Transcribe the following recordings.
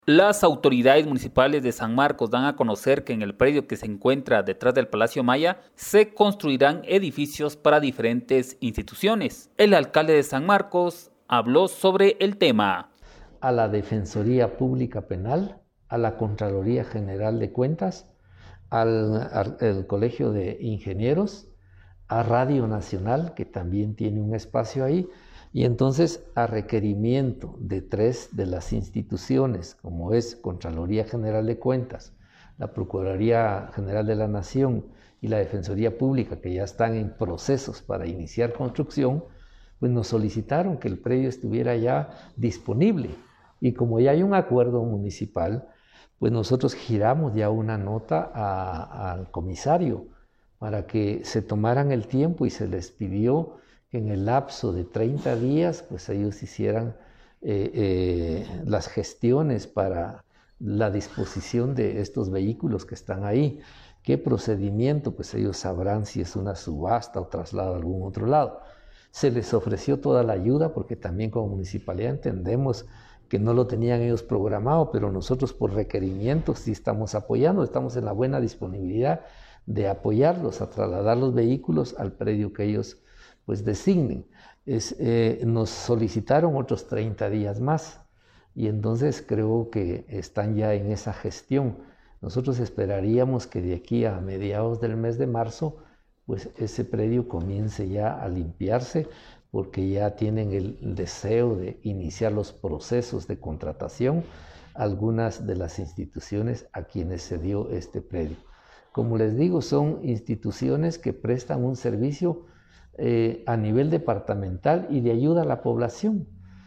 Las autoridades municipales de San Marcos dan a conocer que en el predio que se encuentra detrás del Palacio Maya se construirán edificios para diferentes instituciones. El alcalde de San Marcos habló sobre el tema. A la Defensoría Pública Penal, a la Contraloría General de Cuentas, al Colegio de Ingenieros, a Radio Nacional, que también tiene un espacio ahí, y entonces a requerimiento de 3 de las instituciones, como es Contraloría General de Cuentas, la Procuraduría General de la Nación y la Defensoría Pública, que ya están en procesos para iniciar construcción, pues nos solicitaron que el predio estuviera ya disponible. Y como ya hay un acuerdo municipal, pues nosotros giramos ya una nota al comisario para que se tomaran el tiempo y se les pidió que en el lapso de 30 días pues ellos hicieran las gestiones para la disposición de estos vehículos que están ahí. ¿Qué procedimiento? Pues ellos sabrán si es una subasta o traslado a algún otro lado. Se les ofreció toda la ayuda porque también como municipalidad entendemos que no lo tenían ellos programado, pero nosotros por requerimientos sí estamos apoyando, estamos en la buena disponibilidad de apoyarlos a trasladar los vehículos al predio que ellos pues designen. Nos solicitaron otros 30 días más y entonces creo que están ya en esa gestión. Nosotros esperaríamos que de aquí a mediados del mes de marzo pues ese predio comience ya a limpiarse porque ya tienen el deseo de iniciar los procesos de contratación algunas de las instituciones a quienes se dio este predio. Como les digo, son instituciones que prestan un servicio a nivel departamental y de ayuda a la población.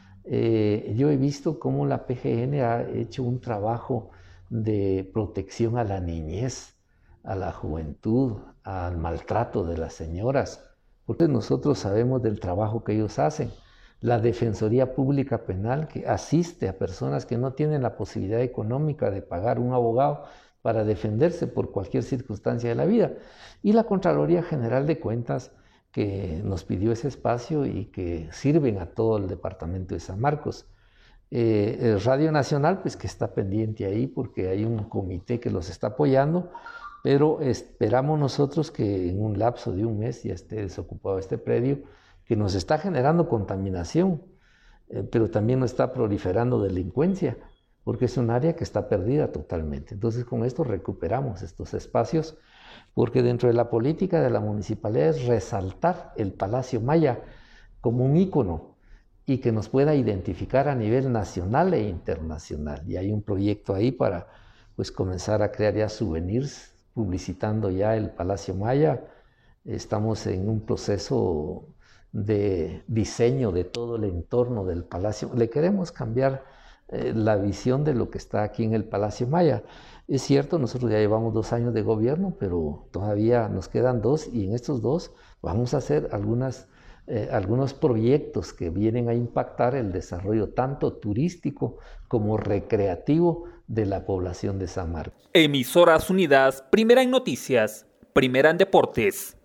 Yo he visto cómo la PGN ha hecho un trabajo de protección a la niñez, a la juventud, al maltrato de las señoras, porque nosotros sabemos del trabajo que ellos hacen. La Defensoría Pública Penal, que asiste a personas que no tienen la posibilidad económica de pagar un abogado para defenderse por cualquier circunstancia de la vida. Y la Contraloría General de Cuentas, que nos pidió ese espacio y que sirven a todo el departamento de San Marcos. Radio Nacional, pues que está pendiente ahí porque hay un comité que los está apoyando, pero esperamos nosotros que en un lapso de un mes ya esté desocupado este predio, que nos está generando contaminación, pero también nos está proliferando delincuencia, porque es un área que está perdida totalmente. Entonces con esto recuperamos estos espacios, porque dentro de la política de la municipalidad es resaltar el Palacio Maya como un ícono y que nos pueda identificar a nivel nacional e internacional. Y hay un proyecto ahí para pues, comenzar a crear ya souvenirs publicitando ya el Palacio Maya. Estamos en un proceso de diseño de todo el entorno del Palacio. Le queremos cambiar la visión de lo que está aquí en el Palacio Maya. Es cierto, nosotros ya llevamos 2 años de gobierno, pero todavía nos quedan 2 y en estos 2 vamos a hacer algunos proyectos que vienen a impactar el desarrollo tanto turístico como recreativo de la población de San Marcos. Emisoras Unidas, primera en noticias, primera en deportes.